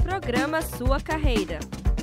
Programa Sua Carreira.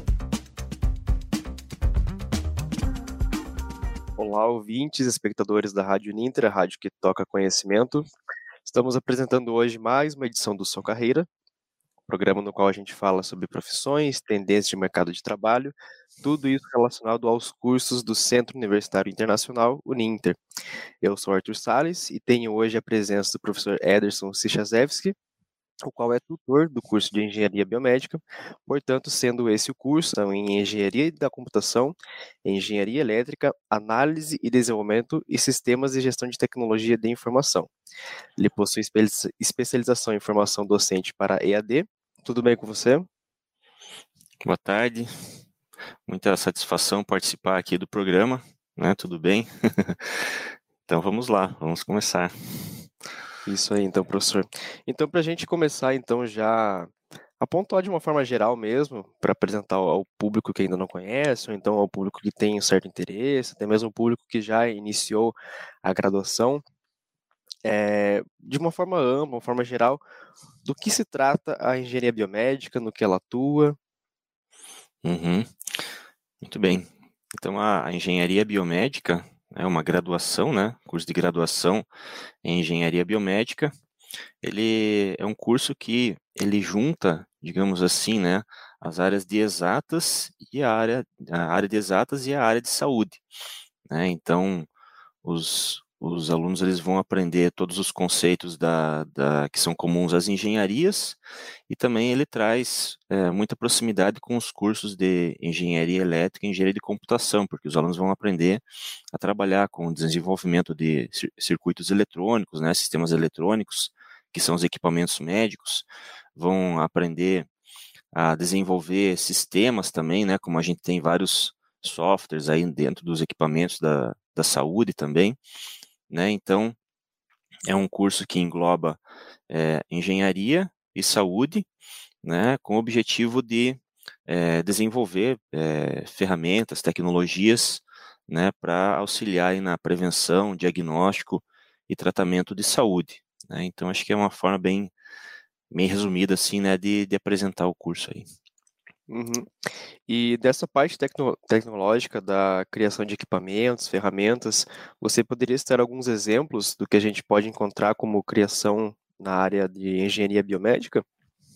Olá, ouvintes, espectadores da Rádio Uninter, a rádio que toca conhecimento. Estamos apresentando hoje mais uma edição do Sua Carreira, programa no qual a gente fala sobre profissões, tendências de mercado de trabalho, tudo isso relacionado aos cursos do Centro Universitário Internacional, Uninter. Eu sou Arthur Salles e tenho hoje a presença do professor Ederson Sichaszewski, o qual é tutor do curso de Engenharia Biomédica, portanto, sendo esse o curso em Engenharia da Computação, Engenharia Elétrica, Análise e Desenvolvimento e Sistemas de Gestão de Tecnologia de Informação. Ele possui especialização em formação docente para EAD. Tudo bem com você? Boa tarde, muita satisfação participar aqui do programa, né? Tudo bem? Então vamos lá, vamos começar. Isso aí, então, professor. Então, para a gente começar, então, já a pontuar de uma forma geral mesmo, para apresentar ao público que ainda não conhece, ou então ao público que tem um certo interesse, até mesmo o público que já iniciou a graduação, de uma forma ampla, uma forma geral, do que se trata a engenharia biomédica, no que ela atua. Muito bem. Então a engenharia biomédica é uma graduação, né? Curso de graduação em engenharia biomédica. Ele é um curso que ele junta, digamos assim, né, as áreas de exatas e a área de exatas e a área de saúde, né? Então os alunos eles vão aprender todos os conceitos que são comuns às engenharias, e também ele traz muita proximidade com os cursos de engenharia elétrica e engenharia de computação, porque os alunos vão aprender a trabalhar com o desenvolvimento de circuitos eletrônicos, né, sistemas eletrônicos, que são os equipamentos médicos, vão aprender a desenvolver sistemas também, né, como a gente tem vários softwares aí dentro dos equipamentos da saúde também, né? Então, é um curso que engloba engenharia e saúde, né, com o objetivo de desenvolver ferramentas, tecnologias, né, para auxiliar aí na prevenção, diagnóstico e tratamento de saúde, né? Então, acho que é uma forma bem resumida, assim, né, de apresentar o curso aí. Uhum. E dessa parte tecnológica da criação de equipamentos, ferramentas, você poderia citar alguns exemplos do que a gente pode encontrar como criação na área de engenharia biomédica?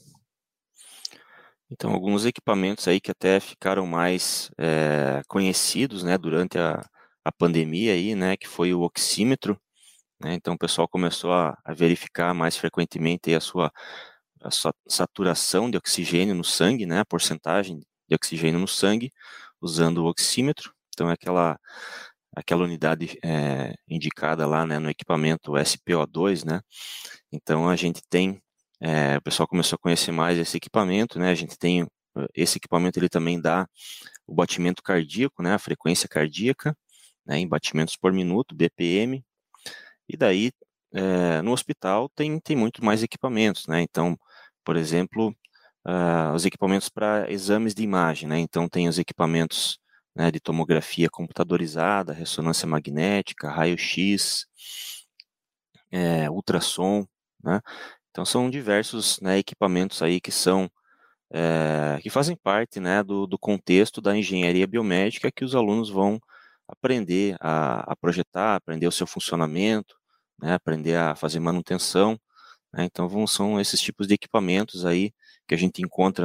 Então, alguns equipamentos aí que até ficaram mais conhecidos, né, durante a pandemia aí, né, que foi o oxímetro, né? Então, o pessoal começou a verificar mais frequentemente aí a sua saturação de oxigênio no sangue, né, a porcentagem de oxigênio no sangue, usando o oxímetro. Então, é aquela unidade indicada lá, né, no equipamento SpO2, né? Então, a gente tem, o pessoal começou a conhecer mais esse equipamento, né? A gente tem, esse equipamento ele também dá o batimento cardíaco, né, a frequência cardíaca, né, em batimentos por minuto, BPM, e daí, no hospital tem muito mais equipamentos, né? Então, por exemplo, os equipamentos para exames de imagem, né? Então, tem os equipamentos, né, de tomografia computadorizada, ressonância magnética, raio-x, ultrassom, né? Então, são diversos, né, equipamentos aí que são que fazem parte, né, do contexto da engenharia biomédica, que os alunos vão aprender a projetar, aprender o seu funcionamento, né, aprender a fazer manutenção, né? Então são esses tipos de equipamentos aí que a gente encontra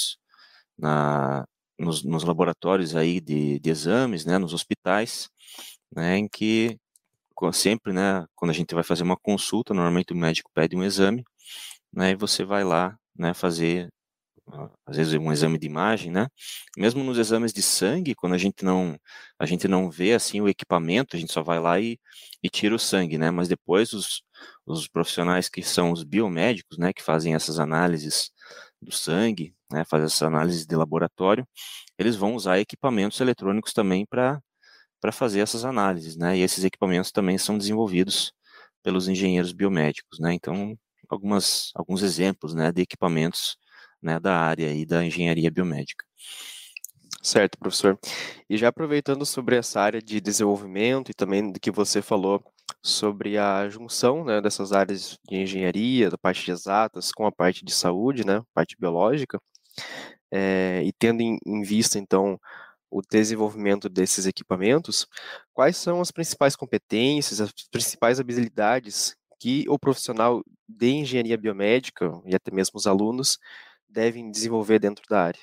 nos laboratórios aí de exames, né, nos hospitais, né, em que sempre, né, quando a gente vai fazer uma consulta, normalmente o médico pede um exame, né, e você vai lá, né, fazer às vezes um exame de imagem, né? Mesmo nos exames de sangue, quando a gente não vê assim o equipamento, a gente só vai lá e tira o sangue, né? Mas depois os profissionais que são os biomédicos, né, que fazem essas análises do sangue, né, fazem essas análises de laboratório, eles vão usar equipamentos eletrônicos também para fazer essas análises, né? E esses equipamentos também são desenvolvidos pelos engenheiros biomédicos, né? Então, alguns exemplos, né, de equipamentos, né, da área aí da engenharia biomédica. Certo, professor. E já aproveitando sobre essa área de desenvolvimento e também do que você falou sobre a junção, né, dessas áreas de engenharia, da parte de exatas com a parte de saúde, né, parte biológica, e tendo em vista, então, o desenvolvimento desses equipamentos, quais são as principais competências, as principais habilidades que o profissional de engenharia biomédica e até mesmo os alunos devem desenvolver dentro da área?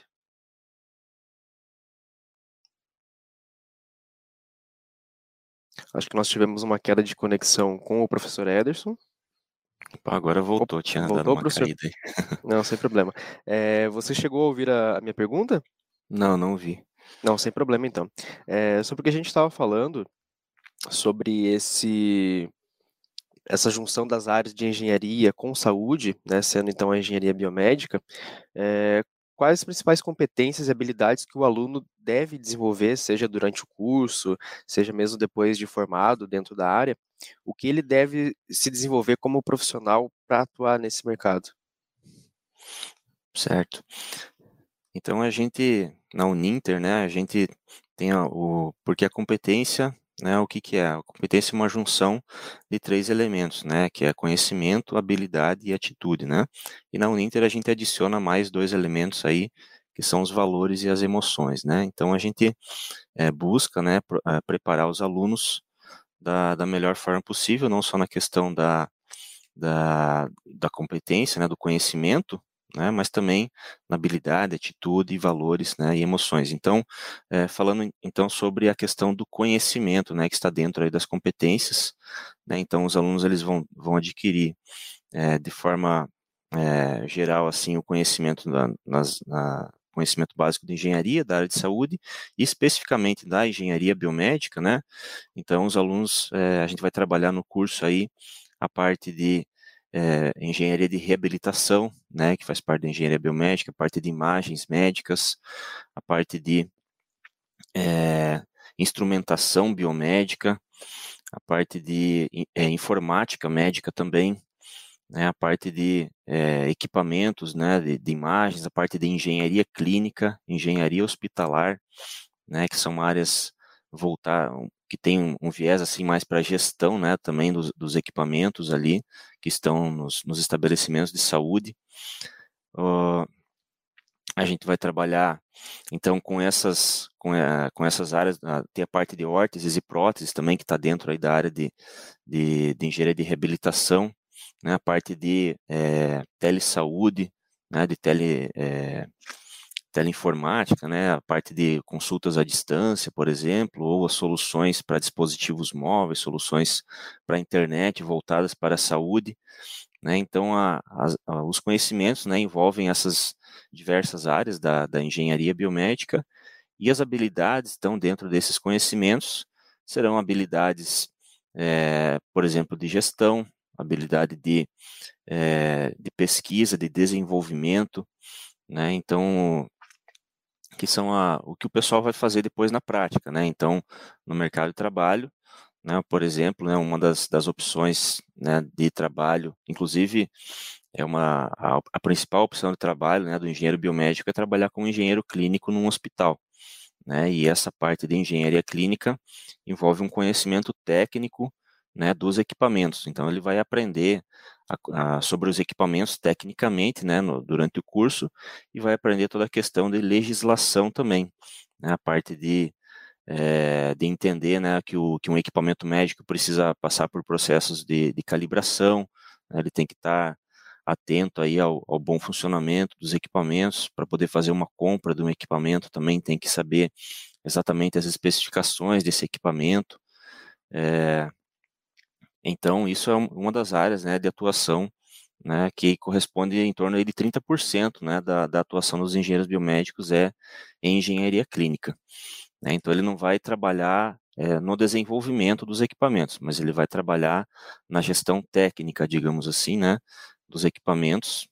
Acho que nós tivemos uma queda de conexão com o professor Ederson. Agora voltou, tinha dado Voltou, uma professor? caída aí. Não, sem problema. Você chegou a ouvir a minha pergunta? Não, não vi. Não, sem problema então. Sobre o que a gente estava falando sobre essa junção das áreas de engenharia com saúde, né, sendo então a engenharia biomédica, quais as principais competências e habilidades que o aluno deve desenvolver, seja durante o curso, seja mesmo depois de formado dentro da área, o que ele deve se desenvolver como profissional para atuar nesse mercado? Certo. Então a gente, na Uninter, né, a gente tem porque a competência, né, o que que é? A competência é uma junção de 3 elementos, né, que é conhecimento, habilidade e atitude, né? E na Uninter a gente adiciona mais 2 elementos aí, que são os valores e as emoções, né? Então a gente busca, né, preparar os alunos da melhor forma possível, não só na questão da competência, né, do conhecimento, né, mas também na habilidade, atitude, valores, né, e emoções. Então, falando então sobre a questão do conhecimento, né, que está dentro aí das competências, né, então os alunos eles vão adquirir de forma geral assim o conhecimento conhecimento básico de engenharia da área de saúde e especificamente da engenharia biomédica, né? Então os alunos a gente vai trabalhar no curso aí a parte de engenharia de reabilitação, né, que faz parte da engenharia biomédica, a parte de imagens médicas, a parte de instrumentação biomédica, a parte de informática médica também, né, a parte de equipamentos, né, de imagens, a parte de engenharia clínica, engenharia hospitalar, né, que são áreas que tem um viés assim mais para a gestão, né, também dos equipamentos ali que estão nos estabelecimentos de saúde. A gente vai trabalhar então com essas áreas, tem a parte de órteses e próteses também que está dentro aí da área de engenharia de reabilitação, né, a parte de telesaúde, né, de teleinformática, né, a parte de consultas à distância, por exemplo, ou as soluções para dispositivos móveis, soluções para a internet voltadas para a saúde, né, então os conhecimentos, né, envolvem essas diversas áreas da engenharia biomédica e as habilidades estão dentro desses conhecimentos, serão habilidades, por exemplo, de gestão, habilidade de pesquisa, de desenvolvimento, né, então que são o que o pessoal vai fazer depois na prática, né? Então, no mercado de trabalho, né, por exemplo, né, uma das opções, né, de trabalho, inclusive a principal opção de trabalho, né, do engenheiro biomédico é trabalhar como engenheiro clínico num hospital, né? E essa parte de engenharia clínica envolve um conhecimento técnico, né, dos equipamentos. Então, ele vai aprender sobre os equipamentos tecnicamente, né, durante o curso e vai aprender toda a questão de legislação também, né, a parte de entender, né, que um equipamento médico precisa passar por processos de calibração, né, ele tem que estar atento aí ao bom funcionamento dos equipamentos, para poder fazer uma compra de um equipamento também tem que saber exatamente as especificações desse equipamento. Então, isso é uma das áreas, né, de atuação, né, que corresponde em torno aí de 30%, né, da atuação dos engenheiros biomédicos em engenharia clínica, né? Então, ele não vai trabalhar no desenvolvimento dos equipamentos, mas ele vai trabalhar na gestão técnica, digamos assim, né, dos equipamentos,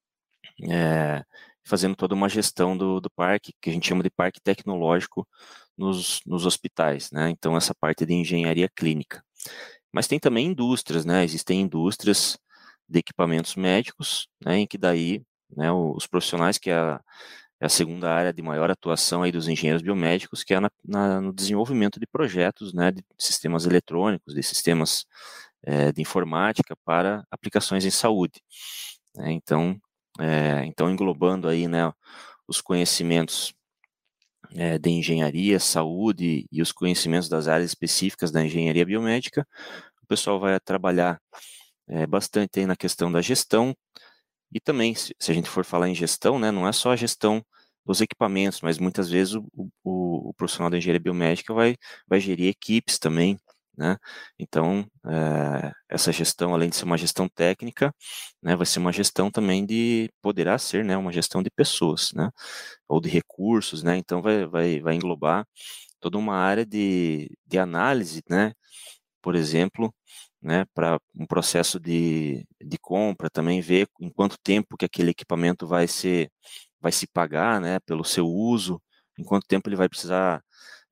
fazendo toda uma gestão do parque, que a gente chama de parque tecnológico nos hospitais, né? Então, essa parte de engenharia clínica. Mas tem também indústrias, né? Existem indústrias de equipamentos médicos, né, em que daí, né, os profissionais, que é a segunda área de maior atuação aí dos engenheiros biomédicos, que é no desenvolvimento de projetos, né, de sistemas eletrônicos, de sistemas de informática para aplicações em saúde, né? Então englobando aí, né, os conhecimentos de engenharia, saúde e os conhecimentos das áreas específicas da engenharia biomédica. O pessoal vai trabalhar bastante aí na questão da gestão, e também, se a gente for falar em gestão, né, não é só a gestão dos equipamentos, mas muitas vezes o profissional da engenharia biomédica vai gerir equipes também, né? Então, essa gestão, além de ser uma gestão técnica, né, vai ser uma gestão também poderá ser, né, uma gestão de pessoas, né, ou de recursos, né? Então, vai englobar toda uma área de análise, né? Por exemplo, né, para um processo de compra, também ver em quanto tempo que aquele equipamento vai se pagar, né, pelo seu uso, em quanto tempo ele vai precisar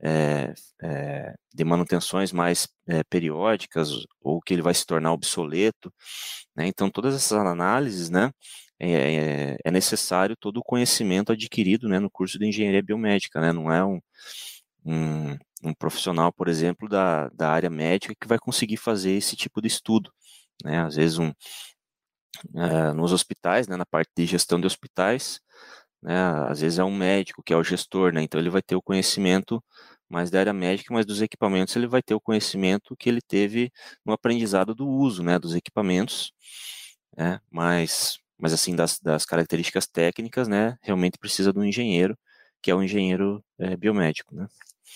de manutenções mais periódicas, ou que ele vai se tornar obsoleto, né? Então, todas essas análises, né, é necessário todo o conhecimento adquirido, né, no curso de engenharia biomédica, né? Não é um, um profissional, por exemplo, da área médica que vai conseguir fazer esse tipo de estudo, né? Às vezes nos hospitais, né, na parte de gestão de hospitais, né, às vezes é um médico que é o gestor, né? Então ele vai ter o conhecimento mais da área médica, mas dos equipamentos ele vai ter o conhecimento que ele teve no aprendizado do uso, né, dos equipamentos, né? Mas assim, das características técnicas, né, realmente precisa do engenheiro, que é o engenheiro biomédico, né?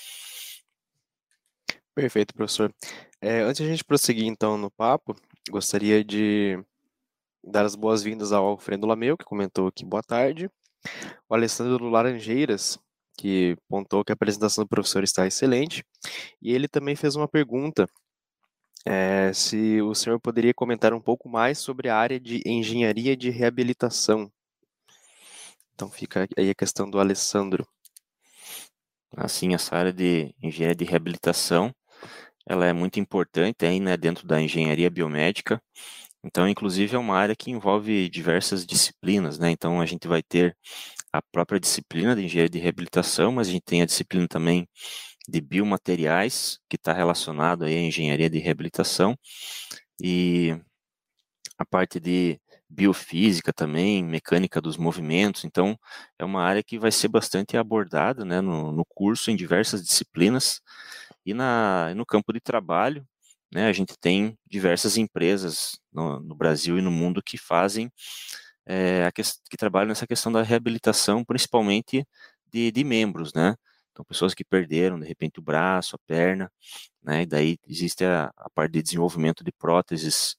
Perfeito, professor. Antes de a gente prosseguir, então, no papo, gostaria de dar as boas-vindas ao Alfredo Lameu, que comentou aqui boa tarde, o Alessandro Laranjeiras, que pontuou que a apresentação do professor está excelente, e ele também fez uma pergunta, se o senhor poderia comentar um pouco mais sobre a área de engenharia de reabilitação. Então fica aí a questão do Alessandro. Assim, essa área de engenharia de reabilitação, ela é muito importante aí, né, dentro da engenharia biomédica. Então, inclusive, é uma área que envolve diversas disciplinas, né? Então, a gente vai ter a própria disciplina de engenharia de reabilitação, mas a gente tem a disciplina também de biomateriais, que está relacionado aí à engenharia de reabilitação, e a parte de biofísica também, mecânica dos movimentos. Então, é uma área que vai ser bastante abordada, né, no curso, em diversas disciplinas, e no campo de trabalho, né, a gente tem diversas empresas no Brasil e no mundo que fazem, que trabalham nessa questão da reabilitação, principalmente de membros, né? Então, pessoas que perderam, de repente, o braço, a perna, né? E daí existe a parte de desenvolvimento de próteses,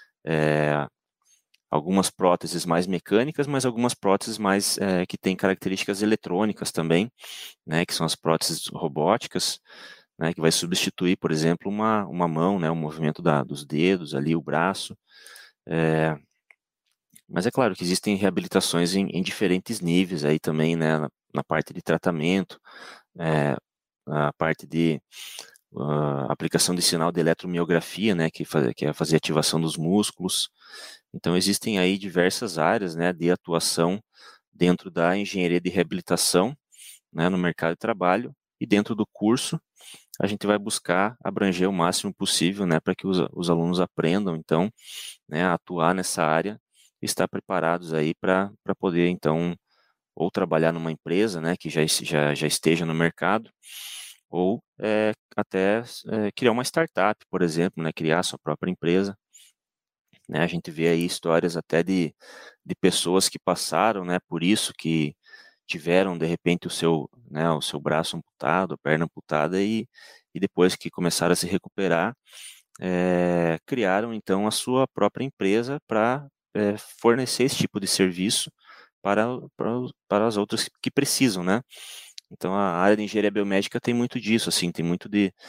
algumas próteses mais mecânicas, mas algumas próteses mais que têm características eletrônicas também, né? Que são as próteses robóticas, né, que vai substituir, por exemplo, uma mão, né, o movimento dos dedos ali, o braço. Mas é claro que existem reabilitações em diferentes níveis aí também, né, na parte de tratamento, a parte de aplicação de sinal de eletromiografia, né, que é fazer ativação dos músculos. Então existem aí diversas áreas, né, de atuação dentro da engenharia de reabilitação, né, no mercado de trabalho, e dentro do curso a gente vai buscar abranger o máximo possível, né, para que os alunos aprendam, então, né, a atuar nessa área e estar preparados aí para poder, então, ou trabalhar numa empresa, né, que já esteja no mercado, ou até criar uma startup, por exemplo, né, criar sua própria empresa, né, a gente vê aí histórias até de pessoas que passaram, né, por isso, que tiveram, de repente, o seu braço amputado, a perna amputada, e depois que começaram a se recuperar, criaram, então, a sua própria empresa para fornecer esse tipo de serviço para as outras que precisam, né? Então, a área de engenharia biomédica tem muito disso, assim, tem muito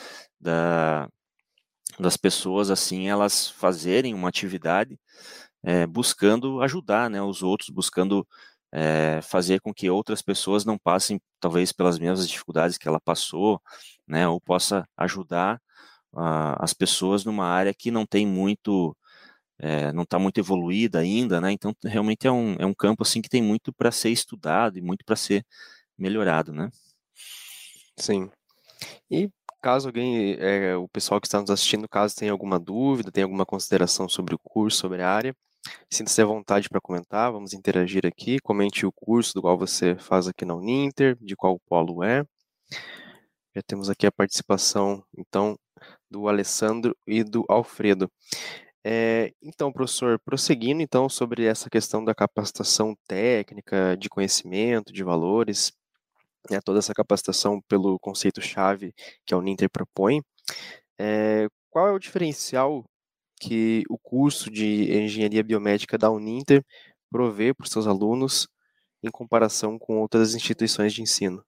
das pessoas, assim, elas fazerem uma atividade buscando ajudar, né, os outros, buscando fazer com que outras pessoas não passem, talvez, pelas mesmas dificuldades que ela passou, né, ou possa ajudar as pessoas numa área que não tem muito, não está muito evoluída ainda, né, então realmente é um campo, assim, que tem muito para ser estudado e muito para ser melhorado, né. Sim. E caso alguém, o pessoal que está nos assistindo, caso tenha alguma dúvida, tenha alguma consideração sobre o curso, sobre a área, Sinta-se à vontade para comentar, vamos interagir aqui. Comente o curso do qual você faz aqui na Uninter, de qual polo é. Já temos aqui a participação, então, do Alessandro e do Alfredo. Então, professor, prosseguindo então sobre essa questão da capacitação técnica, de conhecimento, de valores, né, toda essa capacitação pelo conceito-chave que a Uninter propõe, qual é o diferencial que o curso de Engenharia Biomédica da Uninter provê para os seus alunos em comparação com outras instituições de ensino?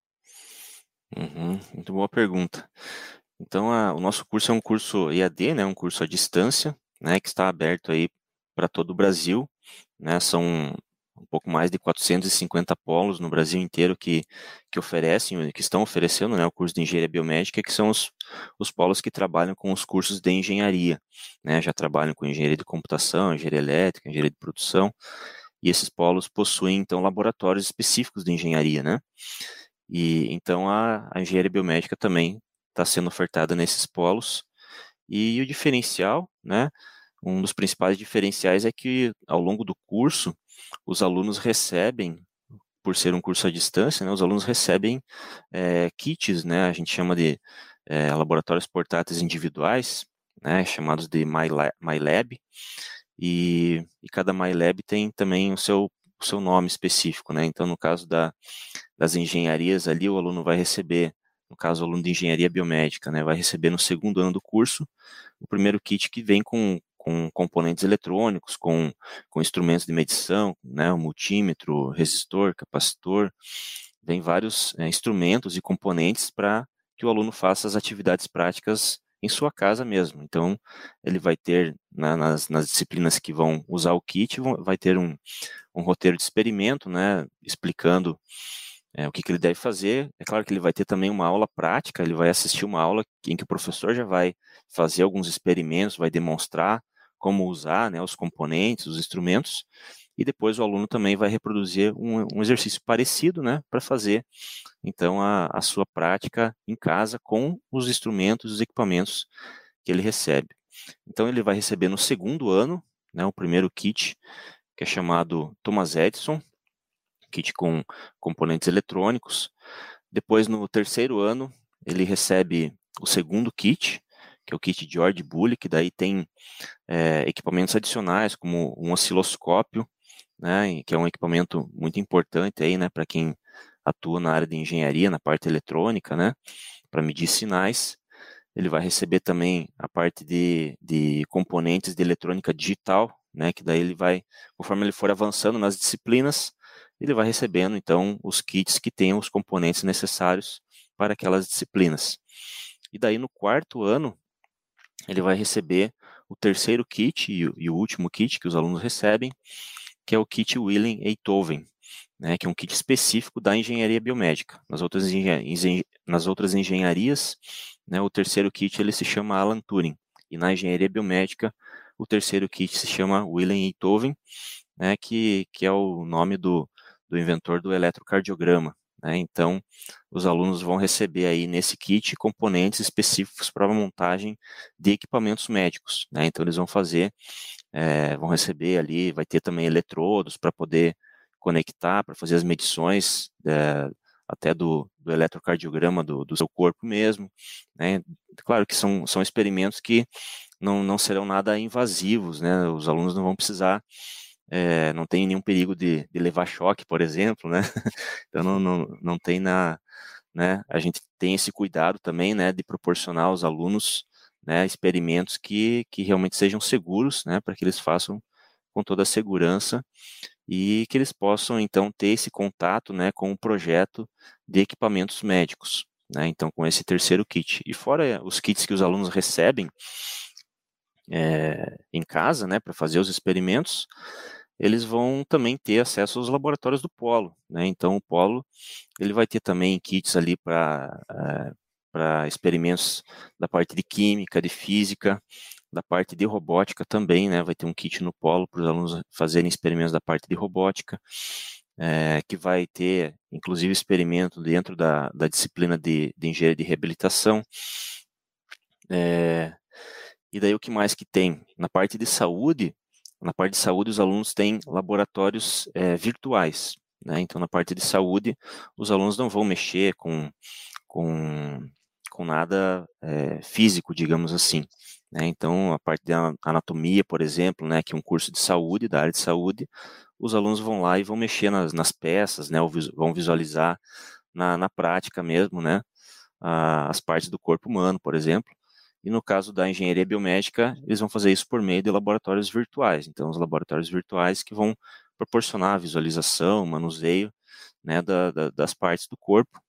Muito boa pergunta. Então, o nosso curso é um curso EAD, né, um curso à distância, né, que está aberto aí para todo o Brasil, né, são um pouco mais de 450 polos no Brasil inteiro que oferecem, que estão oferecendo, né, o curso de Engenharia Biomédica, que são os polos que trabalham com os cursos de engenharia, né, já trabalham com engenharia de computação, engenharia elétrica, engenharia de produção, e esses polos possuem, então, laboratórios específicos de engenharia, né, e então a engenharia biomédica também está sendo ofertada nesses polos. E o diferencial, né, um dos principais diferenciais é que ao longo do curso, os alunos recebem, por ser um curso à distância, né, os alunos recebem kits, né, a gente chama de laboratórios portáteis individuais, né, chamados de MyLab, e cada MyLab tem também o seu nome específico, né, então no caso das engenharias ali, o aluno vai receber, no caso o aluno de engenharia biomédica, né, vai receber no segundo ano do curso, o primeiro kit que vem com componentes eletrônicos, com instrumentos de medição, né, o multímetro, resistor, capacitor, vem vários instrumentos e componentes para que o aluno faça as atividades práticas em sua casa mesmo. Então, ele vai ter, nas disciplinas que vão usar o kit, vai ter um roteiro de experimento, né, explicando o que ele deve fazer. É claro que ele vai ter também uma aula prática, ele vai assistir uma aula em que o professor já vai fazer alguns experimentos, vai demonstrar como usar, né, os componentes, os instrumentos, e depois o aluno também vai reproduzir um exercício parecido, né, para fazer, então, a sua prática em casa com os instrumentos, os equipamentos que ele recebe. Então, ele vai receber no segundo ano, né, o primeiro kit, que é chamado Thomas Edison, kit com componentes eletrônicos. Depois, no terceiro ano, ele recebe o segundo kit, que é o kit George Bully, que daí tem equipamentos adicionais, como um osciloscópio, né, que é um equipamento muito importante aí, né, para quem atua na área de engenharia, na parte eletrônica, né, para medir sinais. Ele vai receber também a parte de componentes de eletrônica digital, né, que daí ele vai, conforme ele for avançando nas disciplinas, ele vai recebendo, então, os kits que tenham os componentes necessários para aquelas disciplinas. E daí, no quarto ano, ele vai receber o terceiro kit e o último kit que os alunos recebem, que é o kit Willen-Einthoven, né, que é um kit específico da engenharia biomédica. Nas outras engenharias, né, o terceiro kit ele se chama Alan Turing, e na engenharia biomédica, o terceiro kit se chama Willen-Einthoven, né, que é o nome do inventor do eletrocardiograma. Né? Então, os alunos vão receber aí nesse kit componentes específicos para a montagem de equipamentos médicos. Né? Então, eles vão vão receber ali, vai ter também eletrodos para poder conectar, para fazer as medições até do eletrocardiograma do seu corpo mesmo. Né? Claro que são experimentos que não serão nada invasivos, né? Os alunos não vão precisar, não tem nenhum perigo de levar choque, por exemplo, né? Então não tem né? A gente tem esse cuidado também, né, de proporcionar aos alunos, né, experimentos que realmente sejam seguros, né, para que eles façam com toda a segurança e que eles possam então ter esse contato, né, com o projeto de equipamentos médicos, né? Então com esse terceiro kit. E fora os kits que os alunos recebem em casa, né, para fazer os experimentos, eles vão também ter acesso aos laboratórios do Polo, né? Então o Polo ele vai ter também kits ali para experimentos da parte de química, de física, da parte de robótica também, né? Vai ter um kit no Polo para os alunos fazerem experimentos da parte de robótica, que vai ter inclusive experimento dentro da disciplina de engenharia de reabilitação. E daí o que mais que tem? Na parte de saúde, Na parte de saúde, os alunos têm laboratórios virtuais, né? Então, na parte de saúde, os alunos não vão mexer com, com nada físico, digamos assim, né? Então, a parte da anatomia, por exemplo, né, que é um curso de saúde, da área de saúde, os alunos vão lá e vão mexer nas peças, né, ou vão visualizar na prática mesmo, né, as partes do corpo humano, por exemplo. E no caso da engenharia biomédica, eles vão fazer isso por meio de laboratórios virtuais. Então, os laboratórios virtuais que vão proporcionar a visualização, manuseio, né, das partes do corpo,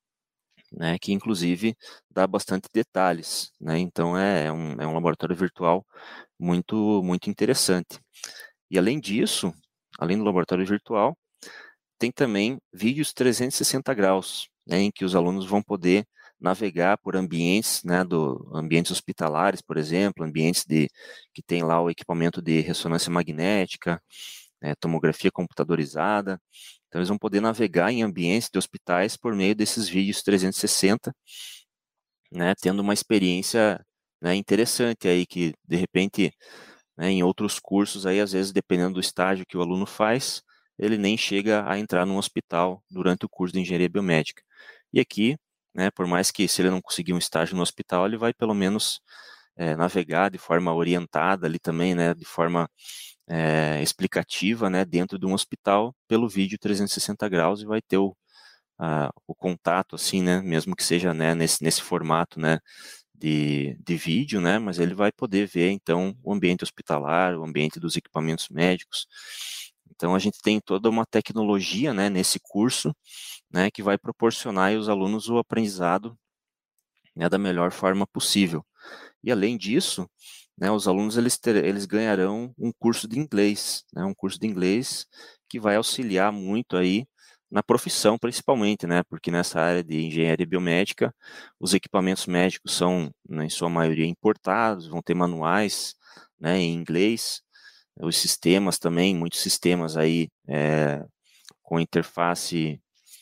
né, que inclusive dá bastante detalhes, né, então é um laboratório virtual muito interessante. E além disso, além do laboratório virtual, tem também vídeos 360 graus, né, em que os alunos vão poder navegar por ambientes, né, ambientes hospitalares, por exemplo, ambientes que tem lá o equipamento de ressonância magnética, tomografia computadorizada. Então, eles vão poder navegar em ambientes de hospitais por meio desses vídeos 360, né, tendo uma experiência, né, interessante aí que, de repente, né, em outros cursos, aí, às vezes, dependendo do estágio que o aluno faz, ele nem chega a entrar num hospital durante o curso de engenharia biomédica. E aqui, né, por mais que se ele não conseguir um estágio no hospital, ele vai pelo menos navegar de forma orientada ali também, né, de forma explicativa, né, dentro de um hospital pelo vídeo 360 graus e vai ter o contato, assim, né, mesmo que seja, né, nesse formato, né, de vídeo, né, mas ele vai poder ver, então, o ambiente hospitalar, o ambiente dos equipamentos médicos. Então, a gente tem toda uma tecnologia, né, nesse curso, né, que vai proporcionar aos alunos o aprendizado, né, da melhor forma possível. E, além disso, né, os alunos eles ganharão um curso de inglês, né, um curso de inglês que vai auxiliar muito aí na profissão, principalmente, né, porque nessa área de engenharia biomédica, os equipamentos médicos são, né, em sua maioria, importados, vão ter manuais, né, em inglês, os sistemas também, muitos sistemas aí com interface,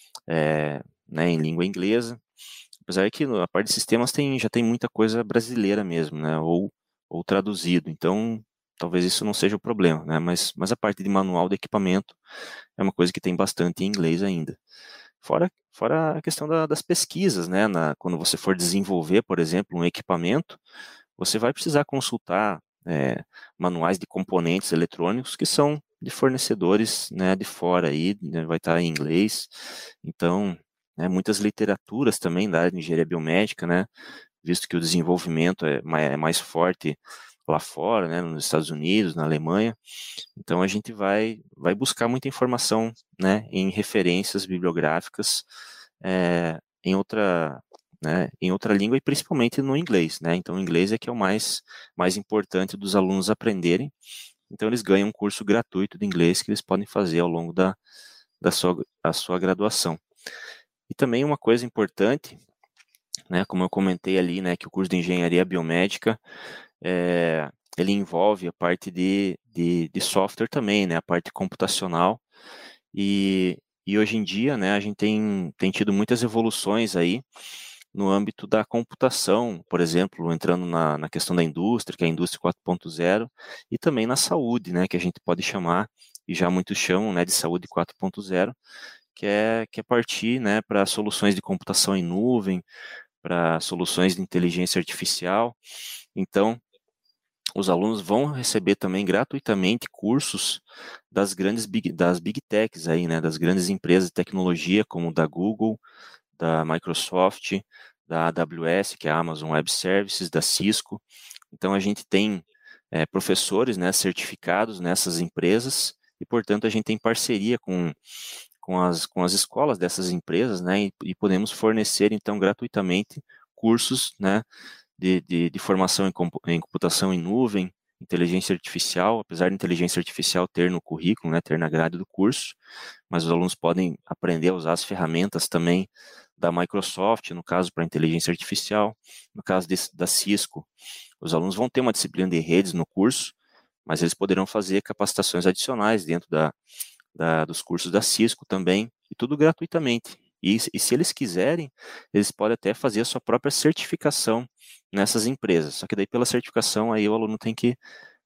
né, em língua inglesa. Apesar que a parte de sistemas já tem muita coisa brasileira mesmo, né? Ou traduzido. Então, talvez isso não seja o problema, né? Mas a parte de manual de equipamento é uma coisa que tem bastante em inglês ainda. Fora a questão das pesquisas, né? Quando você for desenvolver, por exemplo, um equipamento, você vai precisar consultar manuais de componentes eletrônicos que são de fornecedores, né, de fora aí, né, vai estar em inglês. Então, né, muitas literaturas também da área de engenharia biomédica, né, visto que o desenvolvimento é mais forte lá fora, né, nos Estados Unidos, na Alemanha. Então, a gente vai buscar muita informação, né, em referências bibliográficas em outra língua e principalmente no inglês, né? Então, o inglês é que é o mais importante dos alunos aprenderem. Então, eles ganham um curso gratuito de inglês que eles podem fazer ao longo da sua graduação. E também uma coisa importante, né, como eu comentei ali, né, que o curso de engenharia biomédica ele envolve a parte de software também, né, a parte computacional. E hoje em dia, né, a gente tem tido muitas evoluções aí no âmbito da computação, por exemplo, entrando na questão da indústria, que é a indústria 4.0, e também na saúde, né, que a gente pode chamar, e já muitos chamam, né, de saúde 4.0, que é partir, né, para soluções de computação em nuvem, para soluções de inteligência artificial. Então, os alunos vão receber também gratuitamente cursos das big techs aí, né, das grandes empresas de tecnologia, como da Google, da Microsoft, da AWS, que é a Amazon Web Services, da Cisco. Então, a gente tem professores, né, certificados nessas empresas e, portanto, a gente tem parceria com as escolas dessas empresas, né, e podemos fornecer, então, gratuitamente cursos, né, de formação em computação em nuvem, inteligência artificial, apesar de inteligência artificial ter no currículo, né, ter na grade do curso, mas os alunos podem aprender a usar as ferramentas também da Microsoft, no caso para inteligência artificial, no caso da Cisco, os alunos vão ter uma disciplina de redes no curso, mas eles poderão fazer capacitações adicionais dentro dos cursos da Cisco também, e tudo gratuitamente. E se eles quiserem, eles podem até fazer a sua própria certificação nessas empresas. Só que daí pela certificação aí o aluno tem que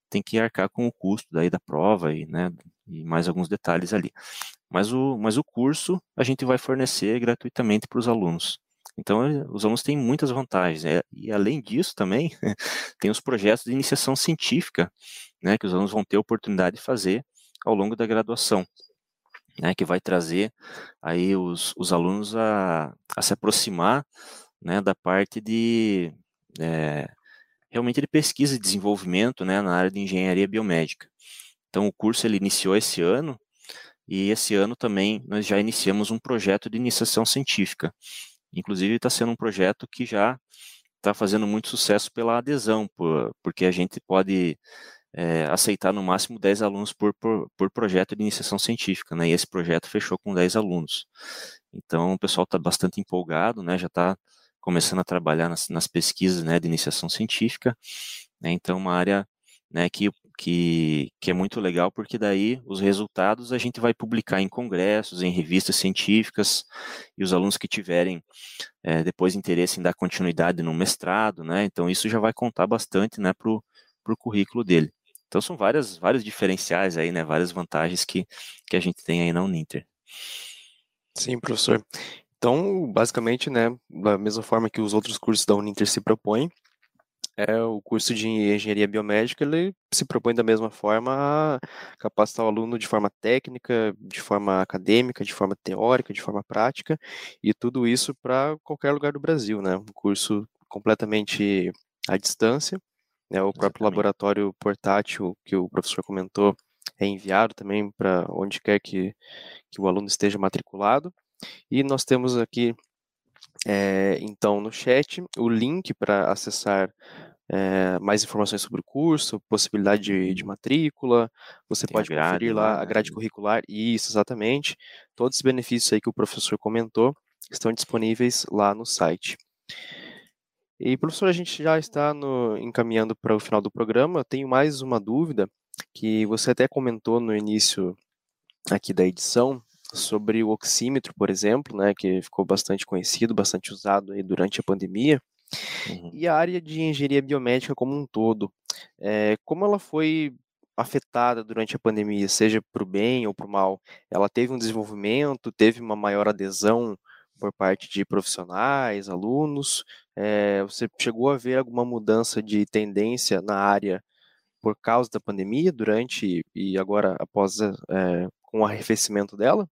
tem que arcar com o custo daí da prova e, né, e mais alguns detalhes ali. Mas o curso a gente vai fornecer gratuitamente para os alunos. Então, os alunos têm muitas vantagens. E além disso também, tem os projetos de iniciação científica, né, que os alunos vão ter a oportunidade de fazer ao longo da graduação, né, que vai trazer aí os alunos a se aproximar, né, da parte de realmente de pesquisa e desenvolvimento, né, na área de engenharia biomédica. Então, o curso ele iniciou esse ano, e esse ano também nós já iniciamos um projeto de iniciação científica. Inclusive, está sendo um projeto que já está fazendo muito sucesso pela adesão, porque a gente pode aceitar no máximo 10 alunos por projeto de iniciação científica, né? E esse projeto fechou com 10 alunos. Então, o pessoal está bastante empolgado, né? Já está começando a trabalhar nas pesquisas, né, de iniciação científica, né? Então, uma área, né, que é muito legal, porque daí os resultados a gente vai publicar em congressos, em revistas científicas, e os alunos que tiverem depois interesse em dar continuidade no mestrado, né? Então, isso já vai contar bastante, né, para o currículo dele. Então, são vários diferenciais aí, né, várias vantagens que a gente tem aí na Uninter. Sim, professor. Então, basicamente, né, da mesma forma que os outros cursos da Uninter se propõem, o curso de engenharia biomédica, ele se propõe da mesma forma a capacitar o aluno de forma técnica, de forma acadêmica, de forma teórica, de forma prática, e tudo isso para qualquer lugar do Brasil, né? Um curso completamente à distância, né? O próprio Exatamente. laboratório portátil que o professor comentou é enviado também para onde quer que o aluno esteja matriculado. E nós temos aqui, então, no chat, o link para acessar mais informações sobre o curso, possibilidade de matrícula, você Tem a pode grade conferir lá, lá a né? grade curricular, isso, exatamente. Todos os benefícios aí que o professor comentou estão disponíveis lá no site. E, professor, a gente já está encaminhando para o final do programa. Eu tenho mais uma dúvida que você até comentou no início aqui da edição sobre o oxímetro, por exemplo, né, que ficou bastante conhecido, bastante usado aí durante a pandemia, Uhum. e a área de engenharia biomédica como um todo. Como ela foi afetada durante a pandemia, seja para o bem ou para o mal? Ela teve um desenvolvimento, teve uma maior adesão por parte de profissionais, alunos? Você chegou a ver alguma mudança de tendência na área por causa da pandemia, durante e agora após, com o arrefecimento dela?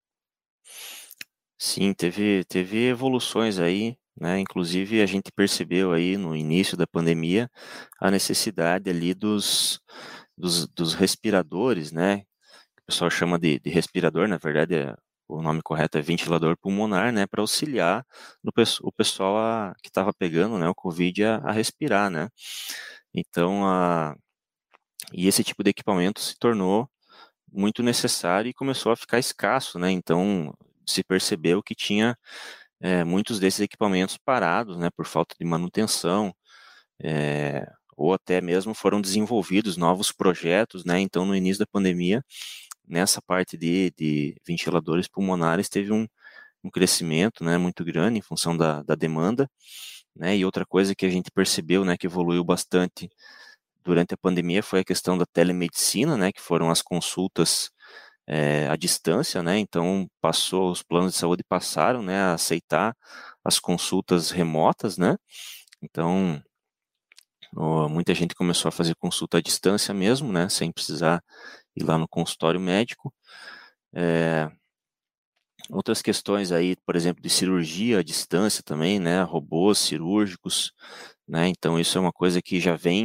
Sim, teve evoluções aí, né? Inclusive a gente percebeu aí no início da pandemia a necessidade ali dos respiradores, né? Que o pessoal chama de respirador, na verdade o nome correto é ventilador pulmonar, né? Para auxiliar o pessoal que estava pegando, né, o Covid a respirar, né? Então, e esse tipo de equipamento se tornou muito necessário e começou a ficar escasso, né? Então, se percebeu que tinha muitos desses equipamentos parados, né, por falta de manutenção, ou até mesmo foram desenvolvidos novos projetos, né? Então, no início da pandemia, nessa parte de ventiladores pulmonares, teve um crescimento, né, muito grande em função da demanda, né? E outra coisa que a gente percebeu, né, que evoluiu bastante durante a pandemia foi a questão da telemedicina, né, que foram as consultas à distância, né? Então os planos de saúde passaram, né, a aceitar as consultas remotas, né? Então muita gente começou a fazer consulta à distância mesmo, né, sem precisar ir lá no consultório médico. Outras questões aí, por exemplo, de cirurgia à distância também, né, robôs cirúrgicos, né? Então isso é uma coisa que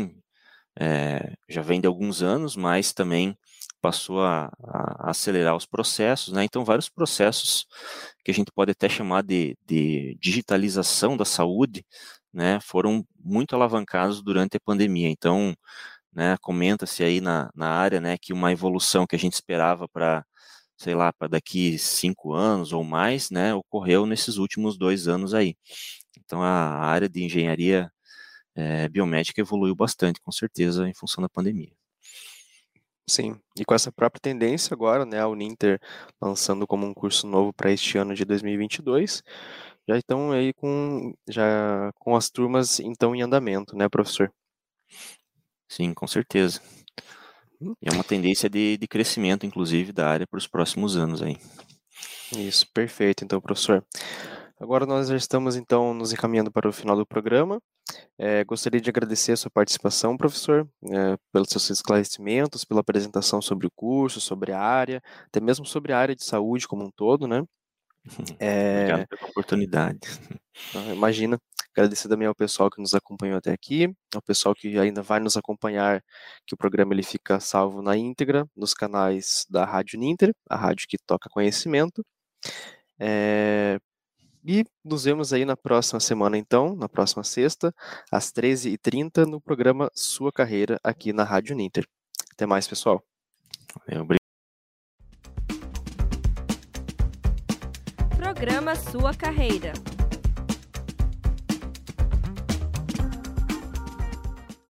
já vem de alguns anos, mas também passou a acelerar os processos, né? Então, vários processos que a gente pode até chamar de digitalização da saúde, né, foram muito alavancados durante a pandemia. Então, né, comenta-se aí na área, né, que uma evolução que a gente esperava para, sei lá, para daqui 5 anos ou mais, né, ocorreu nesses últimos 2 anos aí. Então, a área de engenharia biomédica evoluiu bastante, com certeza, em função da pandemia. Sim, e com essa própria tendência agora, né, a Uninter lançando como um curso novo para este ano de 2022, já estão aí já com as turmas então em andamento, né, professor? Sim, com certeza. E é uma tendência de crescimento, inclusive, da área para os próximos anos aí. Isso, perfeito, então, professor. Agora nós já estamos, então, nos encaminhando para o final do programa. Gostaria de agradecer a sua participação, professor, pelos seus esclarecimentos, pela apresentação sobre o curso, sobre a área, até mesmo sobre a área de saúde como um todo, né? Obrigado pela oportunidade. Imagina, agradecer também ao pessoal que nos acompanhou até aqui, ao pessoal que ainda vai nos acompanhar, que o programa ele fica salvo na íntegra, nos canais da Rádio Ninter, a rádio que toca conhecimento. E nos vemos aí na próxima semana, então, na próxima sexta, às 13h30, no programa Sua Carreira, aqui na Rádio Ninter. Até mais, pessoal. Obrigado. Programa Sua Carreira.